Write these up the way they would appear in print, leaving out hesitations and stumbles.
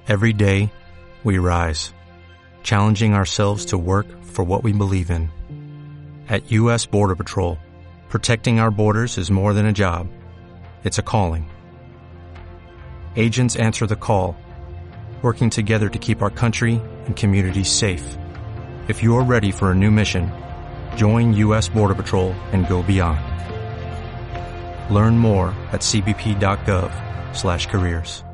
Every day, we rise, challenging ourselves to work for what we believe in. At U.S. Border Patrol, protecting our borders is more than a job. It's a calling. Agents answer the call, working together to keep our country and communities safe. If you're ready for a new mission, join U.S. Border Patrol and go beyond. Learn more at cbp.gov/careers.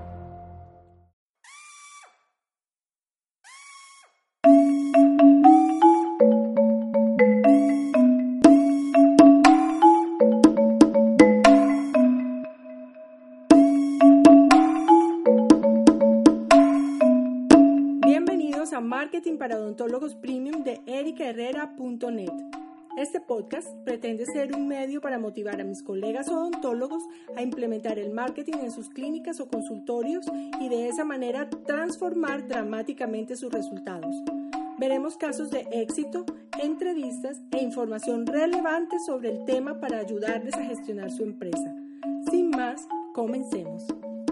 Bienvenidos a Marketing para Odontólogos Premium de ericaherrera.net. Este podcast pretende ser un medio para motivar a mis colegas odontólogos a implementar el marketing en sus clínicas o consultorios y de esa manera transformar dramáticamente sus resultados. Veremos casos de éxito, entrevistas e información relevante sobre el tema para ayudarles a gestionar su empresa. Sin más, comencemos.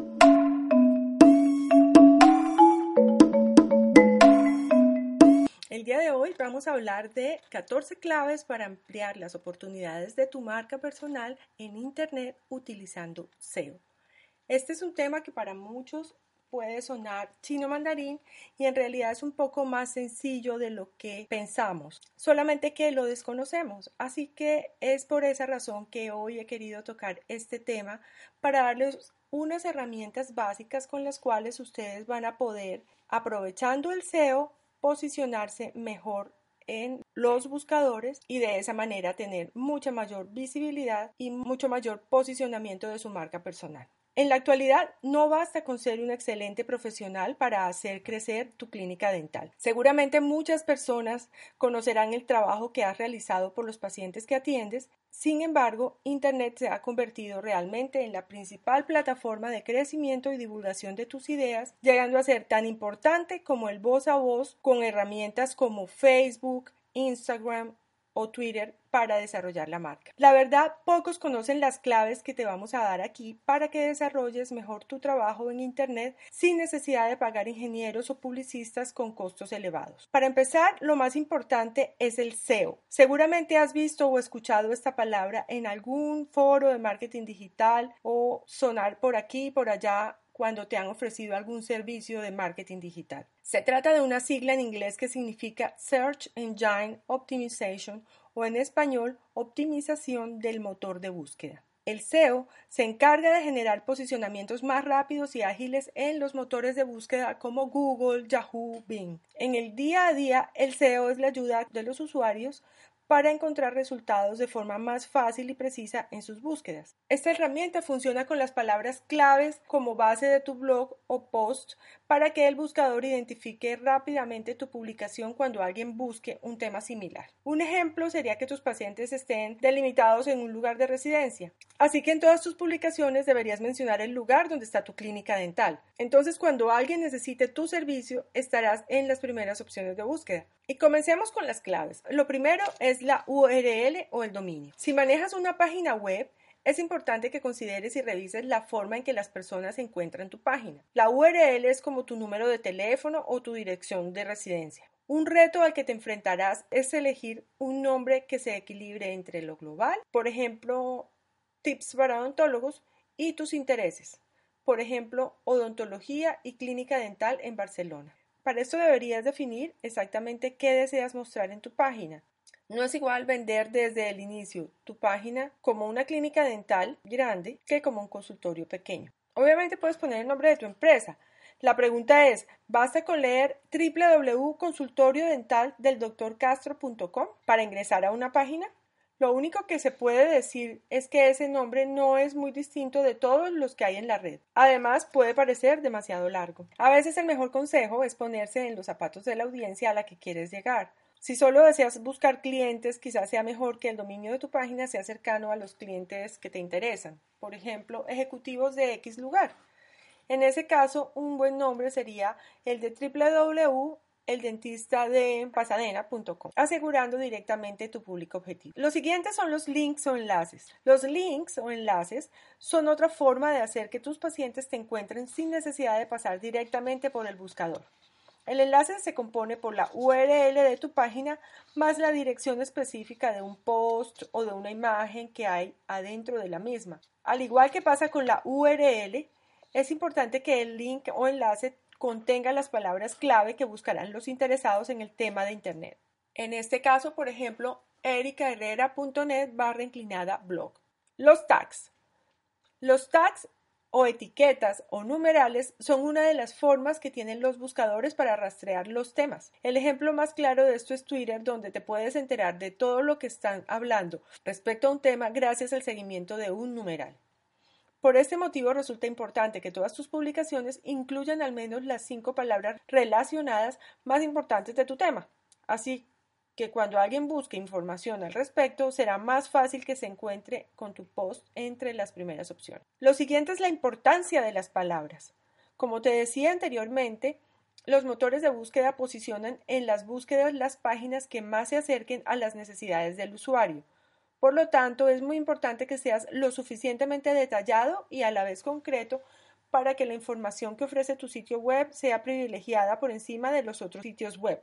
El día de hoy vamos a hablar de 14 claves para ampliar las oportunidades de tu marca personal en Internet utilizando SEO. Este es un tema que para muchos puede sonar chino mandarín y en realidad es un poco más sencillo de lo que pensamos, solamente que lo desconocemos. Así que es por esa razón que hoy he querido tocar este tema para darles unas herramientas básicas con las cuales ustedes van a poder, aprovechando el SEO, posicionarse mejor en los buscadores y de esa manera tener mucha mayor visibilidad y mucho mayor posicionamiento de su marca personal. En la actualidad no basta con ser un excelente profesional para hacer crecer tu clínica dental. Seguramente muchas personas conocerán el trabajo que has realizado por los pacientes que atiendes. Sin embargo, Internet se ha convertido realmente en la principal plataforma de crecimiento y divulgación de tus ideas, llegando a ser tan importante como el voz a voz con herramientas como Facebook, Instagram o Twitter para desarrollar la marca. La verdad, pocos conocen las claves que te vamos a dar aquí para que desarrolles mejor tu trabajo en Internet sin necesidad de pagar ingenieros o publicistas con costos elevados. Para empezar, lo más importante es el SEO. Seguramente has visto o escuchado esta palabra en algún foro de marketing digital o sonar por aquí y por allá cuando te han ofrecido algún servicio de marketing digital. Se trata de una sigla en inglés que significa Search Engine Optimization o en español, optimización del motor de búsqueda. El SEO se encarga de generar posicionamientos más rápidos y ágiles en los motores de búsqueda como Google, Yahoo, Bing. En el día a día, el SEO es la ayuda de los usuarios para encontrar resultados de forma más fácil y precisa en sus búsquedas. Esta herramienta funciona con las palabras claves como base de tu blog o post para que el buscador identifique rápidamente tu publicación cuando alguien busque un tema similar. Un ejemplo sería que tus pacientes estén delimitados en un lugar de residencia. Así que en todas tus publicaciones deberías mencionar el lugar donde está tu clínica dental. Entonces, cuando alguien necesite tu servicio, estarás en las primeras opciones de búsqueda. Y comencemos con las claves. Lo primero es la URL o el dominio. Si manejas una página web, es importante que consideres y revises la forma en que las personas encuentran tu página. La URL es como tu número de teléfono o tu dirección de residencia. Un reto al que te enfrentarás es elegir un nombre que se equilibre entre lo global, por ejemplo, tips para odontólogos, y tus intereses, por ejemplo, odontología y clínica dental en Barcelona. Para esto deberías definir exactamente qué deseas mostrar en tu página. No es igual vender desde el inicio tu página como una clínica dental grande que como un consultorio pequeño. Obviamente puedes poner el nombre de tu empresa. La pregunta es, ¿basta con leer www.consultoriodentaldeldoctorcastro.com para ingresar a una página? Lo único que se puede decir es que ese nombre no es muy distinto de todos los que hay en la red. Además, puede parecer demasiado largo. A veces el mejor consejo es ponerse en los zapatos de la audiencia a la que quieres llegar. Si solo deseas buscar clientes, quizás sea mejor que el dominio de tu página sea cercano a los clientes que te interesan. Por ejemplo, ejecutivos de X lugar. En ese caso, un buen nombre sería el de el dentista de Pasadena.com, asegurando directamente tu público objetivo. Los siguientes son los links o enlaces. Los links o enlaces son otra forma de hacer que tus pacientes te encuentren sin necesidad de pasar directamente por el buscador. El enlace se compone por la URL de tu página más la dirección específica de un post o de una imagen que hay adentro de la misma. Al igual que pasa con la URL, es importante que el link o enlace contenga las palabras clave que buscarán los interesados en el tema de Internet. En este caso, por ejemplo, ericaherrera.net/blog. Los tags. Los tags o etiquetas o numerales son una de las formas que tienen los buscadores para rastrear los temas. El ejemplo más claro de esto es Twitter, donde te puedes enterar de todo lo que están hablando respecto a un tema gracias al seguimiento de un numeral. Por este motivo resulta importante que todas tus publicaciones incluyan al menos las 5 palabras relacionadas más importantes de tu tema. Así que cuando alguien busque información al respecto, será más fácil que se encuentre con tu post entre las primeras opciones. Lo siguiente es la importancia de las palabras. Como te decía anteriormente, los motores de búsqueda posicionan en las búsquedas las páginas que más se acerquen a las necesidades del usuario. Por lo tanto, es muy importante que seas lo suficientemente detallado y a la vez concreto para que la información que ofrece tu sitio web sea privilegiada por encima de los otros sitios web.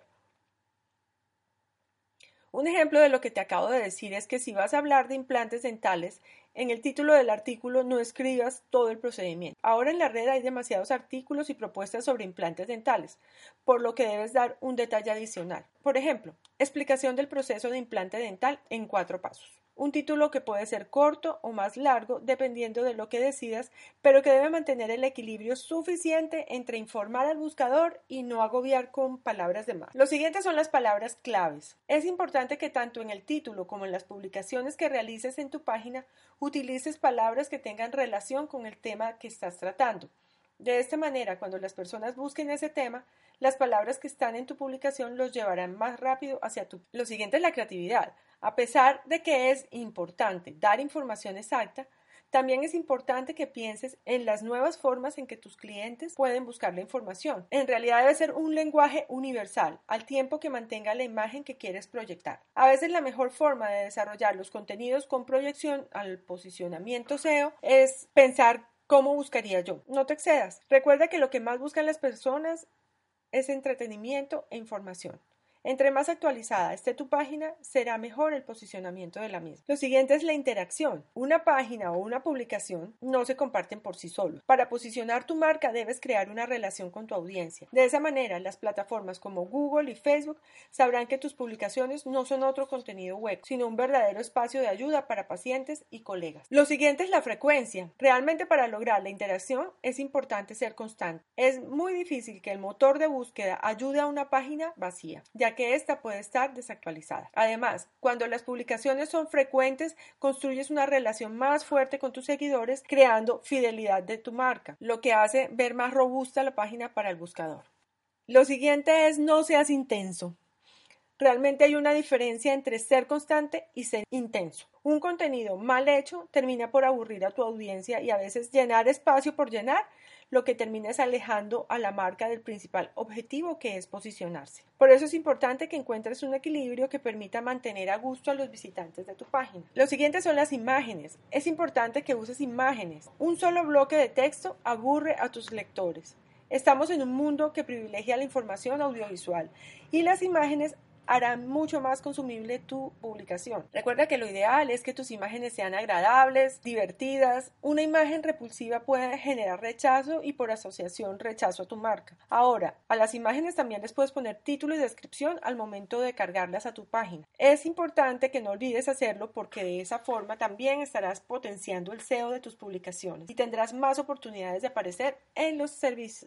Un ejemplo de lo que te acabo de decir es que si vas a hablar de implantes dentales, en el título del artículo no escribas todo el procedimiento. Ahora en la red hay demasiados artículos y propuestas sobre implantes dentales, por lo que debes dar un detalle adicional. Por ejemplo, explicación del proceso de implante dental en 4 pasos. Un título que puede ser corto o más largo dependiendo de lo que decidas, pero que debe mantener el equilibrio suficiente entre informar al buscador y no agobiar con palabras de más. Los siguientes son las palabras claves. Es importante que tanto en el título como en las publicaciones que realices en tu página utilices palabras que tengan relación con el tema que estás tratando. De esta manera, cuando las personas busquen ese tema, las palabras que están en tu publicación los llevarán más rápido hacia tu. Lo siguiente es la creatividad. A pesar de que es importante dar información exacta, también es importante que pienses en las nuevas formas en que tus clientes pueden buscar la información. En realidad debe ser un lenguaje universal, al tiempo que mantenga la imagen que quieres proyectar. A veces la mejor forma de desarrollar los contenidos con proyección al posicionamiento SEO es pensar ¿cómo buscaría yo? No te excedas. Recuerda que lo que más buscan las personas es entretenimiento e información. Entre más actualizada esté tu página, será mejor el posicionamiento de la misma. Lo siguiente es la interacción. Una página o una publicación no se comparten por sí solos. Para posicionar tu marca debes crear una relación con tu audiencia. De esa manera, las plataformas como Google y Facebook sabrán que tus publicaciones no son otro contenido web, sino un verdadero espacio de ayuda para pacientes y colegas. Lo siguiente es la frecuencia. Realmente para lograr la interacción es importante ser constante. Es muy difícil que el motor de búsqueda ayude a una página vacía, ya que ésta puede estar desactualizada. Además, cuando las publicaciones son frecuentes, construyes una relación más fuerte con tus seguidores, creando fidelidad de tu marca, lo que hace ver más robusta la página para el buscador. Lo siguiente es no seas intenso. Realmente hay una diferencia entre ser constante y ser intenso. Un contenido mal hecho termina por aburrir a tu audiencia y a veces llenar espacio por llenar, lo que termina es alejando a la marca del principal objetivo, que es posicionarse. Por eso es importante que encuentres un equilibrio que permita mantener a gusto a los visitantes de tu página. Lo siguiente son las imágenes. Es importante que uses imágenes. Un solo bloque de texto aburre a tus lectores. Estamos en un mundo que privilegia la información audiovisual y las imágenes harán mucho más consumible tu publicación. Recuerda que lo ideal es que tus imágenes sean agradables, divertidas. Una imagen repulsiva puede generar rechazo y por asociación rechazo a tu marca. Ahora, a las imágenes también les puedes poner título y descripción al momento de cargarlas a tu página. Es importante que no olvides hacerlo porque de esa forma también estarás potenciando el SEO de tus publicaciones y tendrás más oportunidades de aparecer en los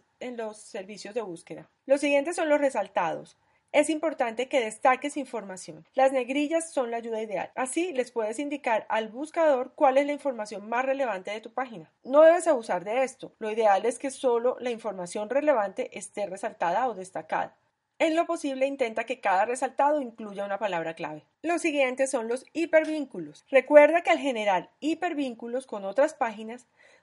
servicios de búsqueda. Los siguientes son los resaltados. Es importante que destaques información. Las negrillas son la ayuda ideal. Así les puedes indicar al buscador cuál es la información más relevante de tu página. No debes abusar de esto. Lo ideal es que solo la información relevante esté resaltada o destacada. En lo posible, intenta que cada resaltado incluya una palabra clave. Los siguientes son los hipervínculos. Recuerda que al generar hipervínculos con otras páginas,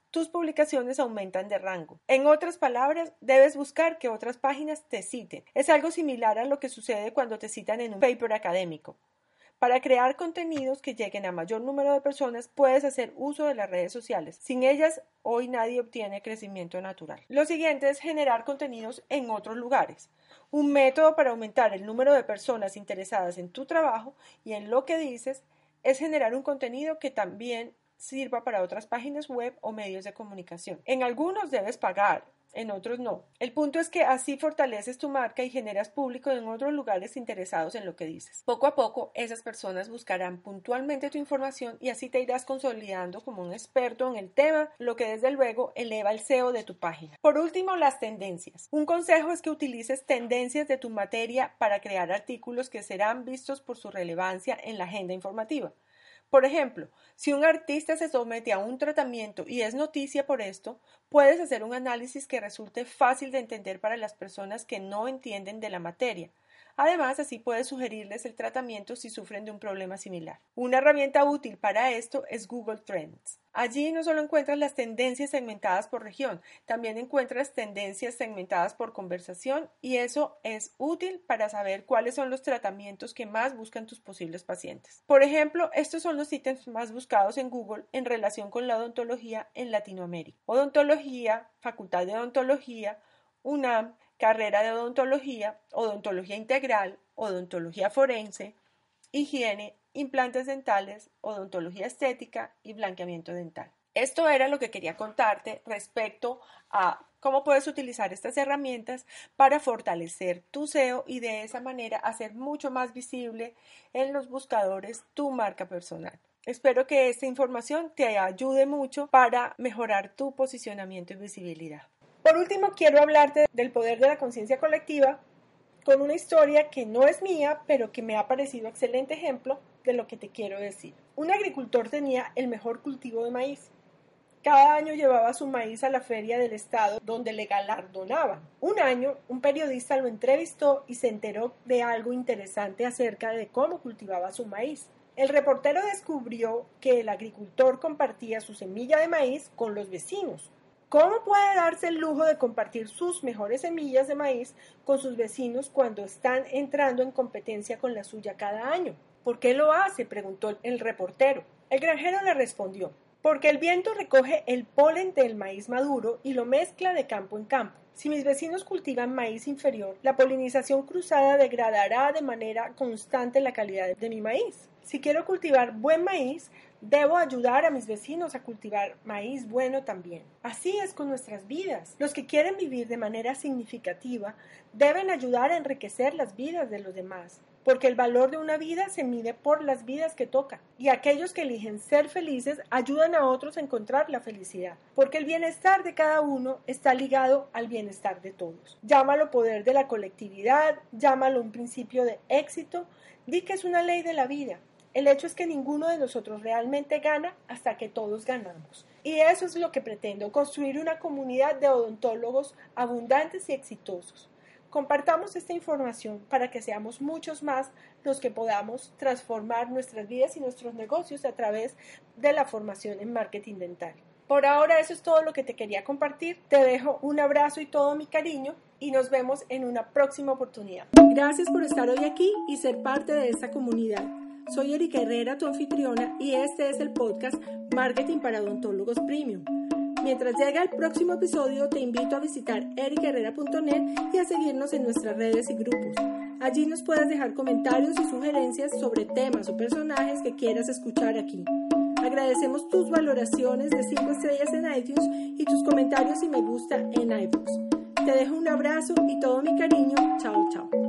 tus publicaciones aumentan de rango. En otras palabras, debes buscar que otras páginas te citen. Es algo similar a lo que sucede cuando te citan en un paper académico. Para crear contenidos que lleguen a mayor número de personas, puedes hacer uso de las redes sociales. Sin ellas, hoy nadie obtiene crecimiento natural. Lo siguiente es generar contenidos en otros lugares. Un método para aumentar el número de personas interesadas en tu trabajo y en lo que dices es generar un contenido que también sirva para otras páginas web o medios de comunicación. En algunos debes pagar, en otros no. El punto es que así fortaleces tu marca y generas público en otros lugares interesados en lo que dices. Poco a poco, esas personas buscarán puntualmente tu información y así te irás consolidando como un experto en el tema, lo que desde luego eleva el SEO de tu página. Por último, las tendencias. Un consejo es que utilices tendencias de tu materia para crear artículos que serán vistos por su relevancia en la agenda informativa. Por ejemplo, si un artista se somete a un tratamiento y es noticia por esto, puedes hacer un análisis que resulte fácil de entender para las personas que no entienden de la materia. Además, así puedes sugerirles el tratamiento si sufren de un problema similar. Una herramienta útil para esto es Google Trends. Allí no solo encuentras las tendencias segmentadas por región, también encuentras tendencias segmentadas por conversación y eso es útil para saber cuáles son los tratamientos que más buscan tus posibles pacientes. Por ejemplo, estos son los ítems más buscados en Google en relación con la odontología en Latinoamérica. Odontología, Facultad de Odontología, UNAM, carrera de odontología, odontología integral, odontología forense, higiene, implantes dentales, odontología estética y blanqueamiento dental. Esto era lo que quería contarte respecto a cómo puedes utilizar estas herramientas para fortalecer tu SEO y de esa manera hacer mucho más visible en los buscadores tu marca personal. Espero que esta información te ayude mucho para mejorar tu posicionamiento y visibilidad. Por último, quiero hablarte del poder de la conciencia colectiva con una historia que no es mía, pero que me ha parecido excelente ejemplo de lo que te quiero decir. Un agricultor tenía el mejor cultivo de maíz. Cada año llevaba su maíz a la feria del estado donde le galardonaban. Un año, un periodista lo entrevistó y se enteró de algo interesante acerca de cómo cultivaba su maíz. El reportero descubrió que el agricultor compartía su semilla de maíz con los vecinos. ¿Cómo puede darse el lujo de compartir sus mejores semillas de maíz con sus vecinos cuando están entrando en competencia con la suya cada año? ¿Por qué lo hace?, preguntó el reportero. El granjero le respondió: porque el viento recoge el polen del maíz maduro y lo mezcla de campo en campo. Si mis vecinos cultivan maíz inferior, la polinización cruzada degradará de manera constante la calidad de mi maíz. Si quiero cultivar buen maíz, debo ayudar a mis vecinos a cultivar maíz bueno también. Así es con nuestras vidas. Los que quieren vivir de manera significativa deben ayudar a enriquecer las vidas de los demás, porque el valor de una vida se mide por las vidas que toca. Y aquellos que eligen ser felices ayudan a otros a encontrar la felicidad, porque el bienestar de cada uno está ligado al bienestar de todos. Llámalo poder de la colectividad, llámalo un principio de éxito, di que es una ley de la vida. El hecho es que ninguno de nosotros realmente gana hasta que todos ganamos. Y eso es lo que pretendo, construir una comunidad de odontólogos abundantes y exitosos. Compartamos esta información para que seamos muchos más los que podamos transformar nuestras vidas y nuestros negocios a través de la formación en marketing dental. Por ahora eso es todo lo que te quería compartir. Te dejo un abrazo y todo mi cariño y nos vemos en una próxima oportunidad. Gracias por estar hoy aquí y ser parte de esta comunidad. Soy Erika Herrera, tu anfitriona, y este es el podcast Marketing para Odontólogos Premium. Mientras llega el próximo episodio, te invito a visitar erikaherrera.net y a seguirnos en nuestras redes y grupos. Allí nos puedes dejar comentarios y sugerencias sobre temas o personajes que quieras escuchar aquí. Agradecemos tus valoraciones de 5 estrellas en iTunes y tus comentarios y me gusta en iVoox. Te dejo un abrazo y todo mi cariño. Chao, chao.